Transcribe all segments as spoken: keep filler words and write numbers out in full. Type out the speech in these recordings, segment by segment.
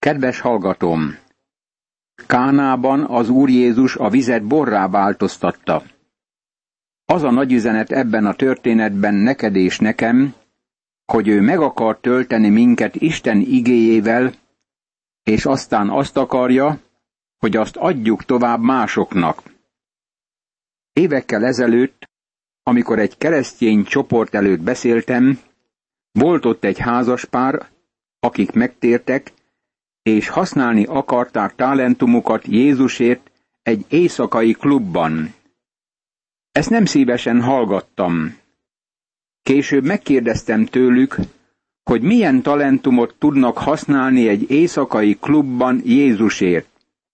Kedves hallgatóm! Kánában az Úr Jézus a vizet borrá változtatta. Az a nagy üzenet ebben a történetben neked és nekem, hogy ő meg akar tölteni minket Isten igéjével, és aztán azt akarja, hogy azt adjuk tovább másoknak. Évekkel ezelőtt, amikor egy keresztény csoport előtt beszéltem, volt ott egy házaspár, akik megtértek, és használni akarták talentumukat Jézusért egy éjszakai klubban. Ezt nem szívesen hallgattam. Később megkérdeztem tőlük, hogy milyen talentumot tudnak használni egy éjszakai klubban Jézusért.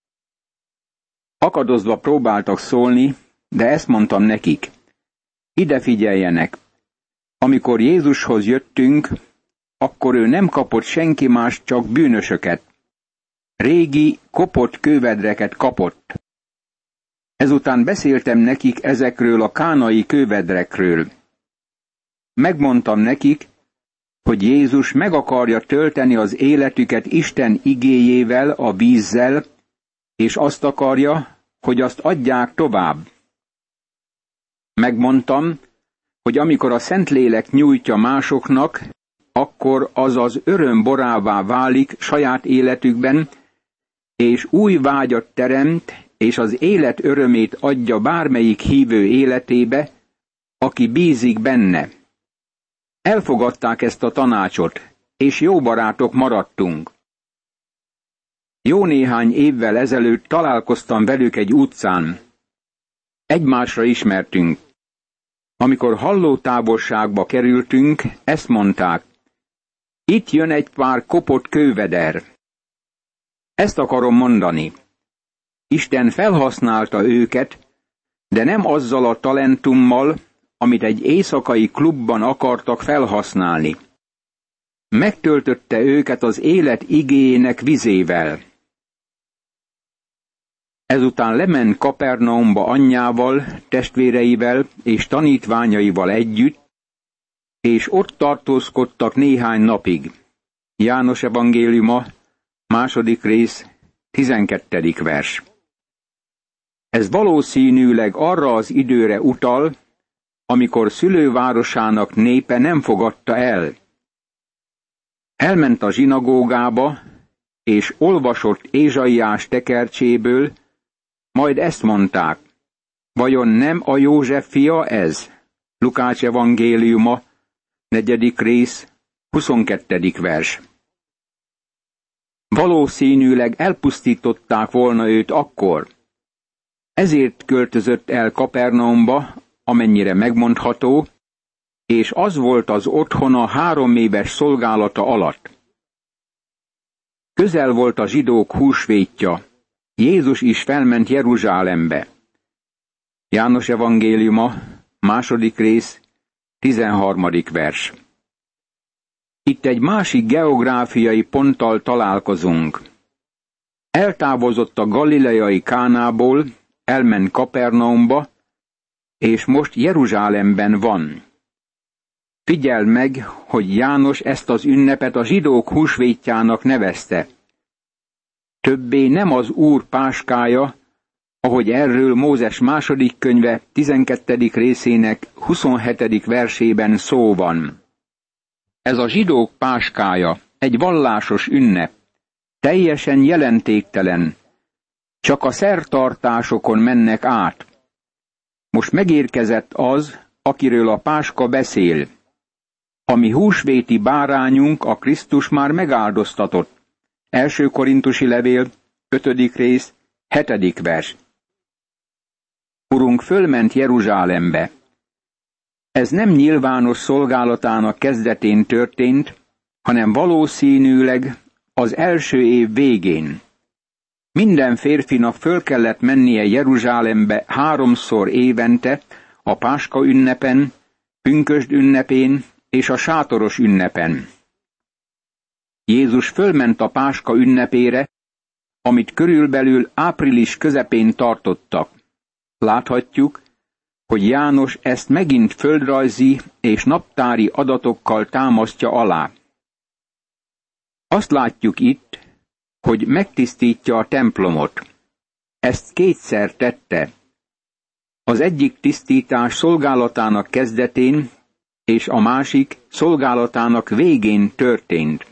Akadozva próbáltak szólni, de ezt mondtam nekik. Ide figyeljenek! Amikor Jézushoz jöttünk, akkor ő nem kapott senki más, csak bűnösöket. Régi, kopott kővedreket kapott. Ezután beszéltem nekik ezekről a kánai kővedrekről. Megmondtam nekik, hogy Jézus meg akarja tölteni az életüket Isten igéjével, a vízzel, és azt akarja, hogy azt adják tovább. Megmondtam, hogy amikor a Szentlélek nyújtja másoknak, akkor az az öröm borává válik saját életükben, és új vágyat teremt, és az élet örömét adja bármelyik hívő életébe, aki bízik benne. Elfogadták ezt a tanácsot, és jó barátok maradtunk. Jó néhány évvel ezelőtt találkoztam velük egy utcán. Egymásra ismertünk. Amikor hallótávolságba kerültünk, ezt mondták: itt jön egy pár kopott kőveder. Ezt akarom mondani. Isten felhasználta őket, de nem azzal a talentummal, amit egy éjszakai klubban akartak felhasználni. Megtöltötte őket az élet igéjének vizével. Ezután lement Kapernaumba anyjával, testvéreivel és tanítványaival együtt, és ott tartózkodtak néhány napig. János evangéliuma, második rész, tizenkettedik vers. Ez valószínűleg arra az időre utal, amikor szülővárosának népe nem fogadta el. Elment a zsinagógába, és olvasott Ézsaiás tekercséből, majd ezt mondták: vajon nem a József fia ez? Lukács evangéliuma, negyedik rész, huszonkettedik vers. Valószínűleg elpusztították volna őt akkor. Ezért költözött el Kapernaumba, amennyire megmondható, és az volt az otthona három éves szolgálata alatt. Közel volt a zsidók húsvétja. Jézus is felment Jeruzsálembe. János evangéliuma, második rész, tizenharmadik vers. Itt egy másik geográfiai ponttal találkozunk. Eltávozott a galileai Kánából, elment Kapernaumba, és most Jeruzsálemben van. Figyeld meg, hogy János ezt az ünnepet a zsidók húsvétjának nevezte. Többé nem az Úr páskája, ahogy erről Mózes második könyve tizenkettedik részének huszonhetedik versében szó van. Ez a zsidók páskája egy vallásos ünnep, teljesen jelentéktelen, csak a szertartásokon mennek át. Most megérkezett az, akiről a páska beszél. A mi húsvéti bárányunk, a Krisztus már megáldoztatott. Első Korintusi levél, ötödik rész, hetedik vers. Urunk fölment Jeruzsálembe. Ez nem nyilvános szolgálatának kezdetén történt, hanem valószínűleg az első év végén. Minden férfinak föl kellett mennie Jeruzsálembe háromszor évente, a Páska ünnepen, Pünkösd ünnepén és a sátoros ünnepen. Jézus fölment a Páska ünnepére, amit körülbelül április közepén tartottak. Láthatjuk, hogy János ezt megint földrajzi és naptári adatokkal támasztja alá. Azt látjuk itt, hogy megtisztítja a templomot. Ezt kétszer tette. Az egyik tisztítás szolgálatának kezdetén, és a másik szolgálatának végén történt.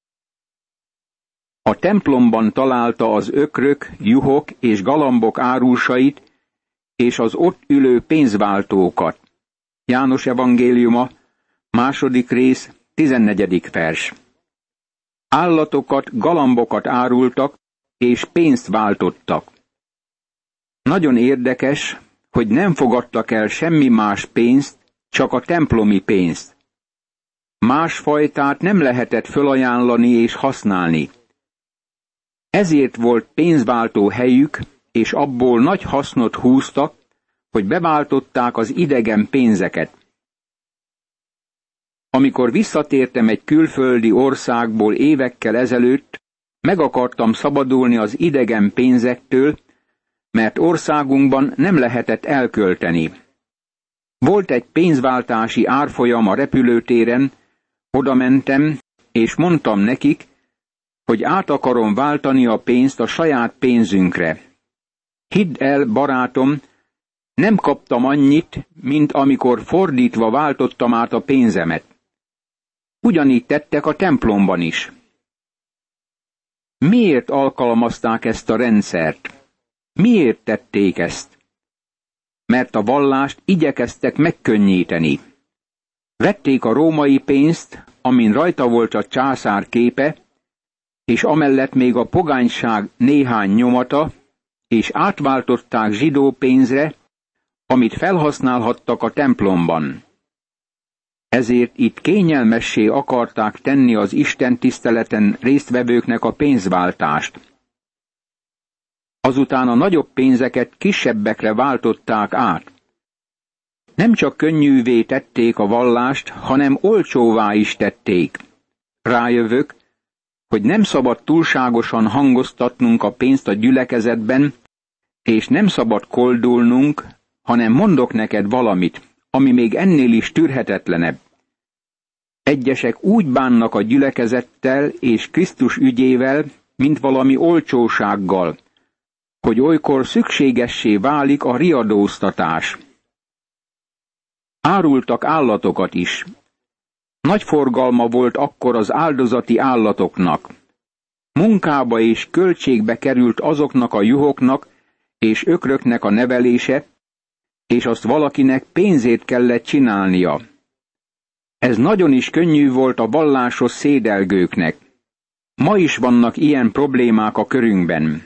A templomban találta az ökrök, juhok és galambok árusait, és az ott ülő pénzváltókat. János evangéliuma, második rész, tizennegyedik vers. Állatokat, galambokat árultak, és pénzt váltottak. Nagyon érdekes, hogy nem fogadtak el semmi más pénzt, csak a templomi pénzt. Más fajtát nem lehetett fölajánlani és használni. Ezért volt pénzváltó helyük, és abból nagy hasznot húztak, hogy beváltották az idegen pénzeket. Amikor visszatértem egy külföldi országból évekkel ezelőtt, meg akartam szabadulni az idegen pénzektől, mert országunkban nem lehetett elkölteni. Volt egy pénzváltási árfolyam a repülőtéren, oda mentem, és mondtam nekik, hogy át akarom váltani a pénzt a saját pénzünkre. Hidd el, barátom, nem kaptam annyit, mint amikor fordítva váltottam át a pénzemet. Ugyanígy tettek a templomban is. Miért alkalmazták ezt a rendszert? Miért tették ezt? Mert a vallást igyekeztek megkönnyíteni. Vették a római pénzt, amin rajta volt a császár képe, és amellett még a pogányság néhány nyomata, és átváltották zsidó pénzre, amit felhasználhattak a templomban. Ezért itt kényelmessé akarták tenni az Isten tiszteleten résztvevőknek a pénzváltást. Azután a nagyobb pénzeket kisebbekre váltották át. Nem csak könnyűvé tették a vallást, hanem olcsóvá is tették. Rájövök, hogy nem szabad túlságosan hangoztatnunk a pénzt a gyülekezetben, és nem szabad koldulnunk, hanem mondok neked valamit, ami még ennél is tűrhetetlenebb. Egyesek úgy bánnak a gyülekezettel és Krisztus ügyével, mint valami olcsósággal, hogy olykor szükségessé válik a riadóztatás. Árultak állatokat is. Nagy forgalma volt akkor az áldozati állatoknak. Munkába és költségbe került azoknak a juhoknak és ökröknek a nevelése, és azt valakinek pénzét kellett csinálnia. Ez nagyon is könnyű volt a vallásos szédelgőknek. Ma is vannak ilyen problémák a körünkben.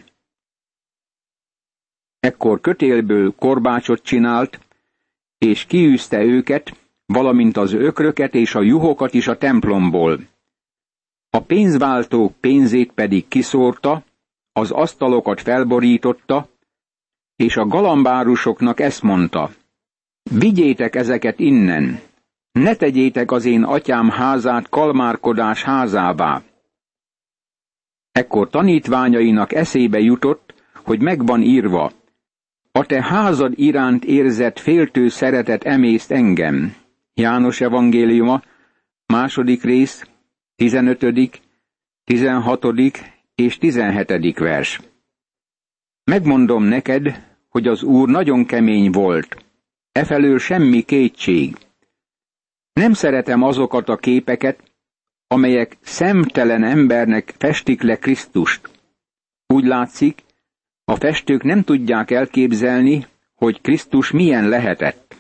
Ekkor kötélből korbácsot csinált, és kiűzte őket, valamint az ökröket és a juhokat is a templomból. A pénzváltók pénzét pedig kiszórta, az asztalokat felborította, és a galambárusoknak ezt mondta: vigyétek ezeket innen, ne tegyétek az én atyám házát kalmárkodás házává. Ekkor tanítványainak eszébe jutott, hogy megvan írva: a te házad iránt érzett féltő szeretet emészt engem. János evangéliuma, második rész, tizenötödik, tizenhatodik és tizenhetedik vers. Megmondom neked, hogy az Úr nagyon kemény volt. Efelől semmi kétség. Nem szeretem azokat a képeket, amelyek szemtelen embernek festik le Krisztust. Úgy látszik, a festők nem tudják elképzelni, hogy Krisztus milyen lehetett.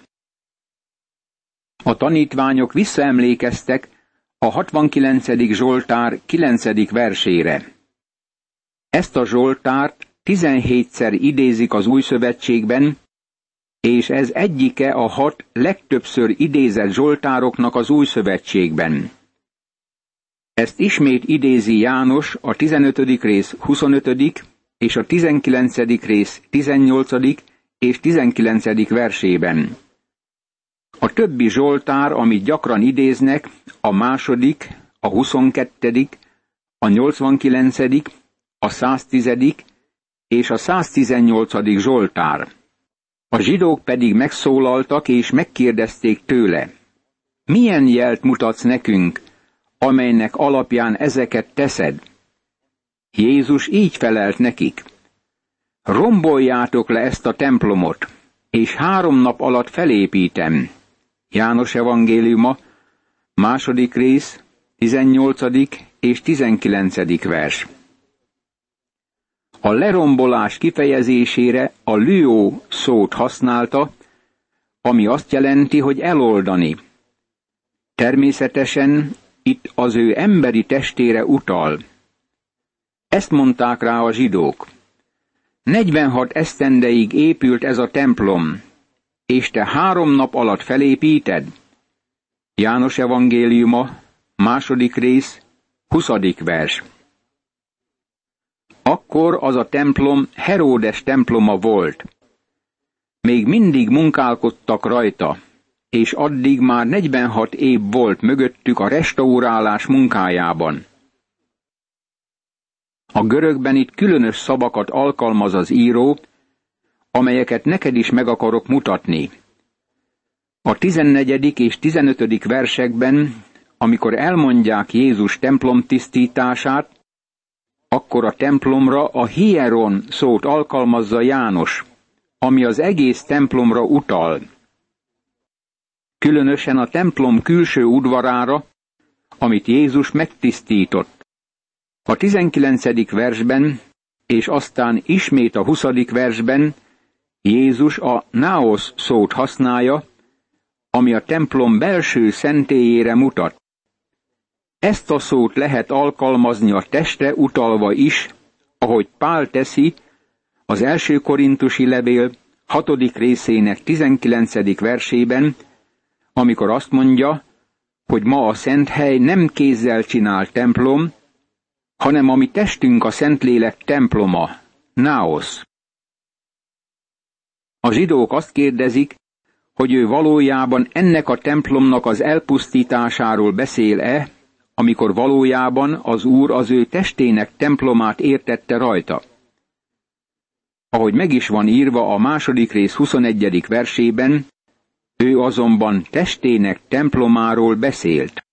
A tanítványok visszaemlékeztek a hatvankilencedik Zsoltár kilencedik versére. Ezt a Zsoltárt tizenhétszer idézik az Új Szövetségben, és ez egyike a hat legtöbbször idézett zsoltároknak az Új Szövetségben. Ezt ismét idézi János a tizenötödik rész huszonötödik és a tizenkilencedik rész tizennyolcadik és tizenkilencedik versében. A többi zsoltár, amit gyakran idéznek, a második, a huszonkettedik, a nyolcvankilencedik, a száztizedik és a száztizennyolcadik zsoltár. A zsidók pedig megszólaltak és megkérdezték tőle: milyen jelt mutatsz nekünk, amelynek alapján ezeket teszed? Jézus így felelt nekik: romboljátok le ezt a templomot, és három nap alatt felépítem. János evangéliuma, második rész, tizennyolcadik és tizenkilencedik vers. A lerombolás kifejezésére a lüó szót használta, ami azt jelenti, hogy eloldani. Természetesen itt az ő emberi testére utal. Ezt mondták rá a zsidók: negyvenhat esztendeig épült ez a templom, és te három nap alatt felépíted? János evangéliuma, második rész, huszadik vers. Akkor az a templom Heródes temploma volt. Még mindig munkálkodtak rajta, és addig már negyvenhat év volt mögöttük a restaurálás munkájában. A görögben itt különös szavakat alkalmaz az író, amelyeket neked is meg akarok mutatni. A tizennegyedik és tizenötödik versekben, amikor elmondják Jézus templom tisztítását, akkor a templomra a hieron szót alkalmazza János, ami az egész templomra utal. Különösen a templom külső udvarára, amit Jézus megtisztított. A tizenkilencedik versben, és aztán ismét a huszadik versben Jézus a naos szót használja, ami a templom belső szentélyére mutat. Ezt a szót lehet alkalmazni a testre utalva is, ahogy Pál teszi az első korintusi levél hatodik részének tizenkilencedik versében, amikor azt mondja, hogy ma a szent hely nem kézzel csinált templom, hanem a mi testünk a Szentlélek temploma, naos. A zsidók azt kérdezik, hogy ő valójában ennek a templomnak az elpusztításáról beszél-e, amikor valójában az Úr az ő testének templomát értette rajta. Ahogy meg is van írva a második rész huszonegyedik versében, ő azonban testének templomáról beszélt.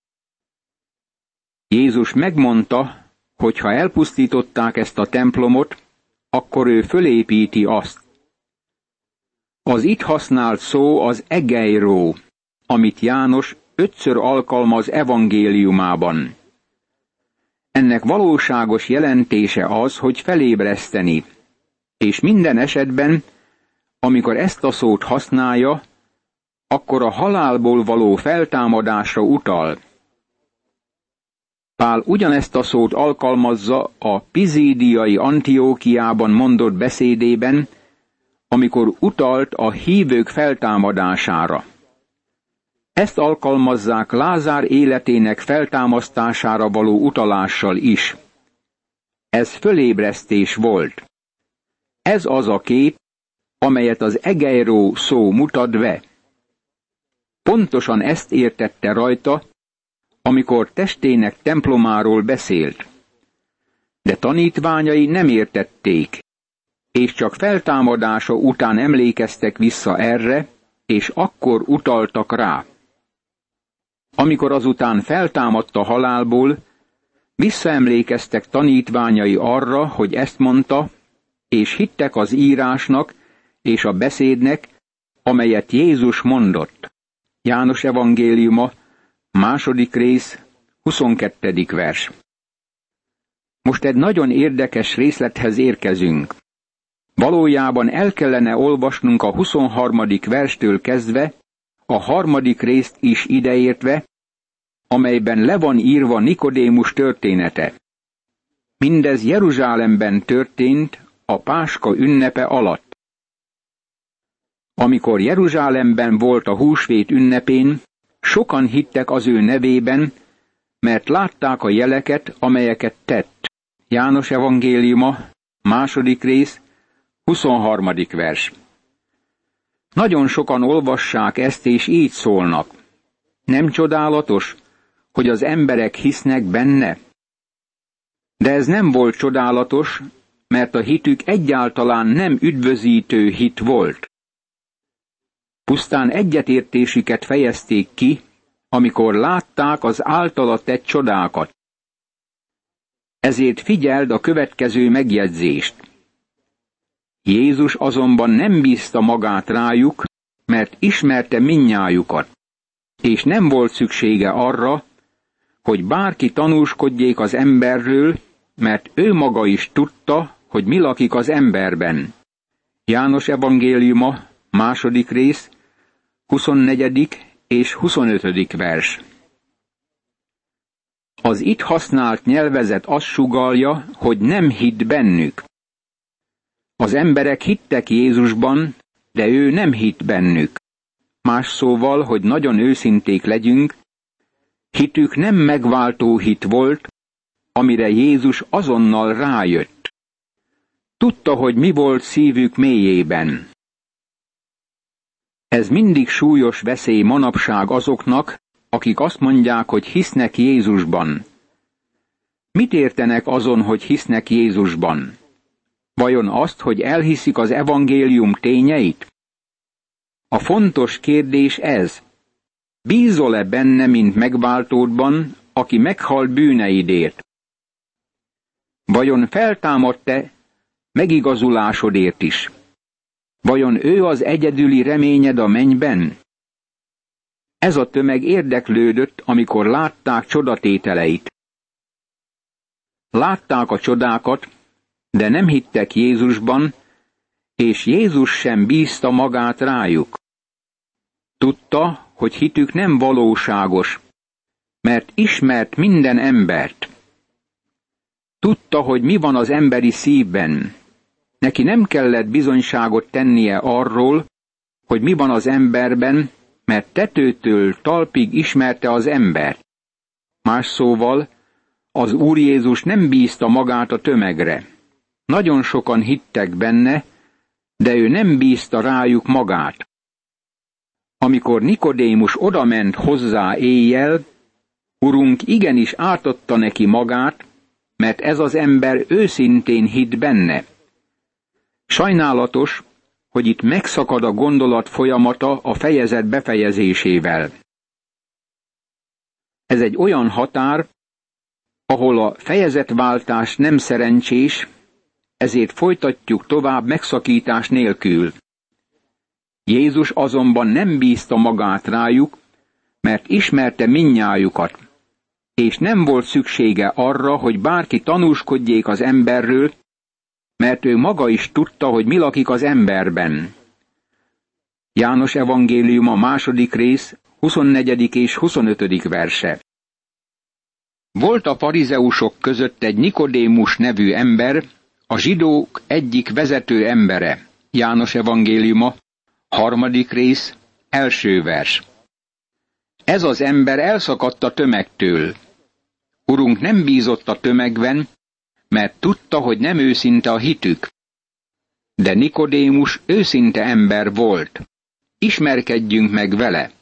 Jézus megmondta, hogy ha elpusztították ezt a templomot, akkor ő fölépíti azt. Az itt használt szó az egeiró, amit János ötször alkalmaz evangéliumában. Ennek valóságos jelentése az, hogy felébreszteni, és minden esetben, amikor ezt a szót használja, akkor a halálból való feltámadásra utal. Pál ugyanezt a szót alkalmazza a pizídiai Antiókiában mondott beszédében, amikor utalt a hívők feltámadására. Ezt alkalmazzák Lázár életének feltámasztására való utalással is. Ez fölébresztés volt. Ez az a kép, amelyet az egeiró szó mutat be. Pontosan ezt értette rajta, amikor testének templomáról beszélt. De tanítványai nem értették, és csak feltámadása után emlékeztek vissza erre, és akkor utaltak rá. Amikor azután feltámadt a halálból, visszaemlékeztek tanítványai arra, hogy ezt mondta, és hittek az írásnak és a beszédnek, amelyet Jézus mondott. János evangéliuma, második rész, huszonkettedik vers. Most egy nagyon érdekes részlethez érkezünk. Valójában el kellene olvasnunk a huszonharmadik verstől kezdve, a harmadik részt is ideértve, amelyben le van írva Nikodémus története. Mindez Jeruzsálemben történt a Páska ünnepe alatt. Amikor Jeruzsálemben volt a húsvét ünnepén, sokan hittek az ő nevében, mert látták a jeleket, amelyeket tett. János evangéliuma, második rész, huszonharmadik vers. Nagyon sokan olvassák ezt, és így szólnak. Nem csodálatos, hogy az emberek hisznek benne? De ez nem volt csodálatos, mert a hitük egyáltalán nem üdvözítő hit volt. Pusztán egyetértésüket fejezték ki, amikor látták az általa tett csodákat. Ezért figyeld a következő megjegyzést. Jézus azonban nem bízta magát rájuk, mert ismerte mindnyájukat, és nem volt szüksége arra, hogy bárki tanúskodjék az emberről, mert ő maga is tudta, hogy mi lakik az emberben. János evangéliuma, második rész, huszonnegyedik és huszonötödik vers. Az itt használt nyelvezet azt sugallja, hogy nem hitt bennük. Az emberek hittek Jézusban, de ő nem hitt bennük. Más szóval, hogy nagyon őszinték legyünk, hitük nem megváltó hit volt, amire Jézus azonnal rájött. Tudta, hogy mi volt szívük mélyében. Ez mindig súlyos veszély manapság azoknak, akik azt mondják, hogy hisznek Jézusban. Mit értenek azon, hogy hisznek Jézusban? Vajon azt, hogy elhiszik az evangélium tényeit? A fontos kérdés ez. Bízol-e benne, mint megváltódban, aki meghalt bűneidért? Vajon feltámadt-e megigazulásodért is? Vajon ő az egyedüli reményed a mennyben? Ez a tömeg érdeklődött, amikor látták csodatételeit. Látták a csodákat, de nem hittek Jézusban, és Jézus sem bízta magát rájuk. Tudta, hogy hitük nem valóságos, mert ismert minden embert. Tudta, hogy mi van az emberi szívben. Neki nem kellett bizonyságot tennie arról, hogy mi van az emberben, mert tetőtől talpig ismerte az embert. Más szóval, az Úr Jézus nem bízta magát a tömegre. Nagyon sokan hittek benne, de ő nem bízta rájuk magát. Amikor Nikodémus odament hozzá éjjel, Urunk igenis átadta neki magát, mert ez az ember őszintén hitt benne. Sajnálatos, hogy itt megszakad a gondolat folyamata a fejezet befejezésével. Ez egy olyan határ, ahol a fejezetváltás nem szerencsés, ezért folytatjuk tovább megszakítás nélkül. Jézus azonban nem bízta magát rájuk, mert ismerte mindnyájukat, és nem volt szüksége arra, hogy bárki tanúskodjék az emberről, mert ő maga is tudta, hogy mi lakik az emberben. János evangéliuma második rész, huszonnegyedik és huszonötödik verse. Volt a farizeusok között egy Nikodémus nevű ember, a zsidók egyik vezető embere. János evangéliuma, harmadik rész, első vers. Ez az ember elszakadt a tömegtől. Urunk nem bízott a tömegben, mert tudta, hogy nem őszinte a hitük. De Nikodémus őszinte ember volt. Ismerkedjünk meg vele.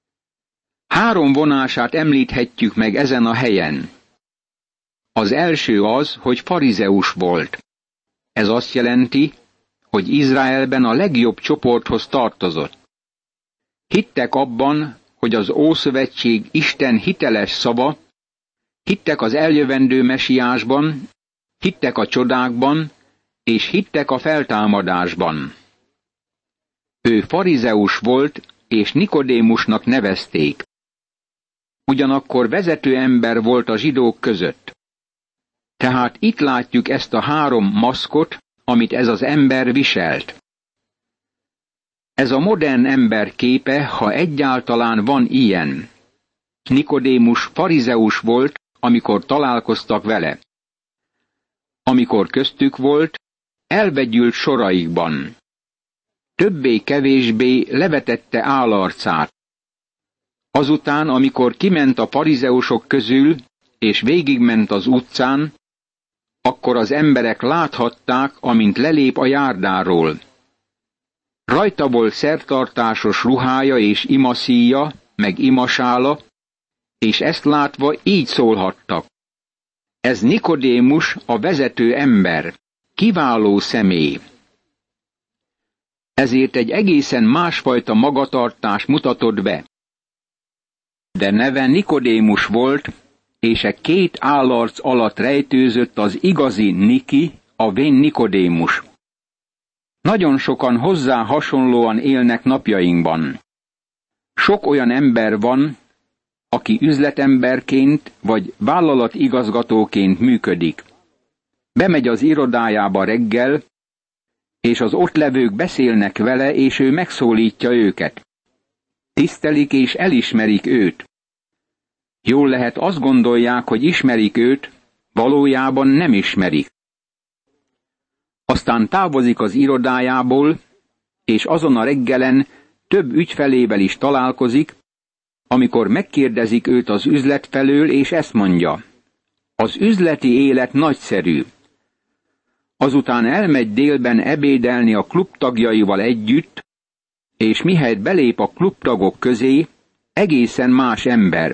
Három vonását említhetjük meg ezen a helyen. Az első az, hogy farizeus volt. Ez azt jelenti, hogy Izraelben a legjobb csoporthoz tartozott. Hittek abban, hogy az Ószövetség Isten hiteles szava, hittek az eljövendő mesiásban, hittek a csodákban, és hittek a feltámadásban. Ő farizeus volt, és Nikodémusnak nevezték. Ugyanakkor vezető ember volt a zsidók között. Tehát itt látjuk ezt a három maszkot, amit ez az ember viselt. Ez a modern ember képe, ha egyáltalán van ilyen. Nikodémus farizeus volt, amikor találkoztak vele. Amikor köztük volt, elvegyült soraikban. Többé-kevésbé levetette állarcát. Azután, amikor kiment a farizeusok közül, és végigment az utcán, akkor az emberek láthatták, amint lelép a járdáról. Rajta volt szertartásos ruhája és imaszíja, meg imasála, és ezt látva így szólhattak. Ez Nikodémus, a vezető ember, kiváló személy. Ezért egy egészen másfajta magatartás mutatott be. De neve Nikodémus volt, és e két állarc alatt rejtőzött az igazi Niki, a vén Nikodémus. Nagyon sokan hozzá hasonlóan élnek napjainkban. Sok olyan ember van, aki üzletemberként vagy vállalatigazgatóként működik. Bemegy az irodájába reggel, és az ott levők beszélnek vele, és ő megszólítja őket. Tisztelik és elismerik őt. Jól lehet azt gondolják, hogy ismerik őt, valójában nem ismerik. Aztán távozik az irodájából, és azon a reggelen több ügyfelével is találkozik, amikor megkérdezik őt az üzlet felől, és ezt mondja: az üzleti élet nagyszerű. Azután elmegy délben ebédelni a klub tagjaival együtt, és mihelyt belép a klubtagok közé, egészen más ember.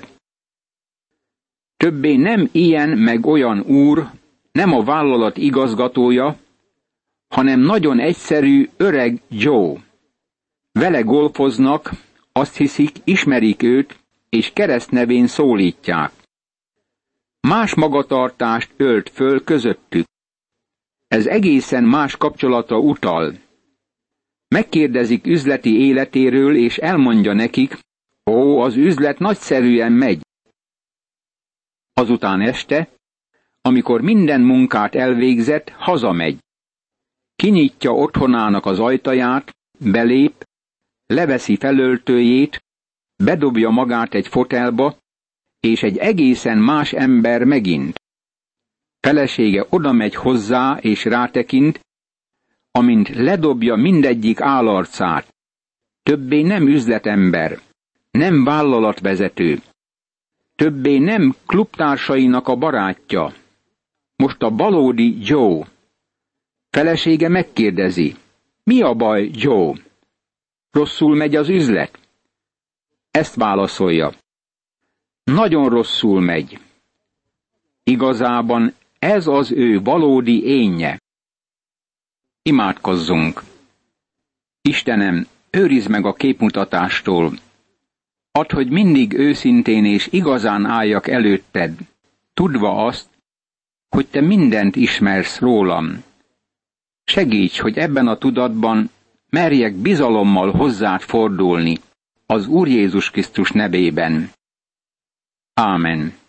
Többé nem ilyen meg olyan úr, nem a vállalat igazgatója, hanem nagyon egyszerű öreg Joe. Vele golfoznak, azt hiszik, ismerik őt, és keresztnevén szólítják. Más magatartást ölt föl közöttük. Ez egészen más kapcsolata utal. Megkérdezik üzleti életéről, és elmondja nekik: ó, az üzlet nagyszerűen megy. Azután este, amikor minden munkát elvégzett, hazamegy. Kinyitja otthonának az ajtaját, belép, leveszi felöltőjét, bedobja magát egy fotelba, és egy egészen más ember megint. Felesége odamegy hozzá, és rátekint, amint ledobja mindegyik állarcát. Többé nem üzletember, nem vállalatvezető. Többé nem klubtársainak a barátja. Most a valódi Joe. Felesége megkérdezi: mi a baj, Joe? Rosszul megy az üzlet? Ezt válaszolja: nagyon rosszul megy. Igazában ez az ő valódi énje. Imádkozzunk! Istenem, őrizd meg a képmutatástól. Add, hogy mindig őszintén és igazán álljak előtted, tudva azt, hogy te mindent ismersz rólam. Segíts, hogy ebben a tudatban merjek bizalommal hozzád fordulni, az Úr Jézus Krisztus nevében. Ámen.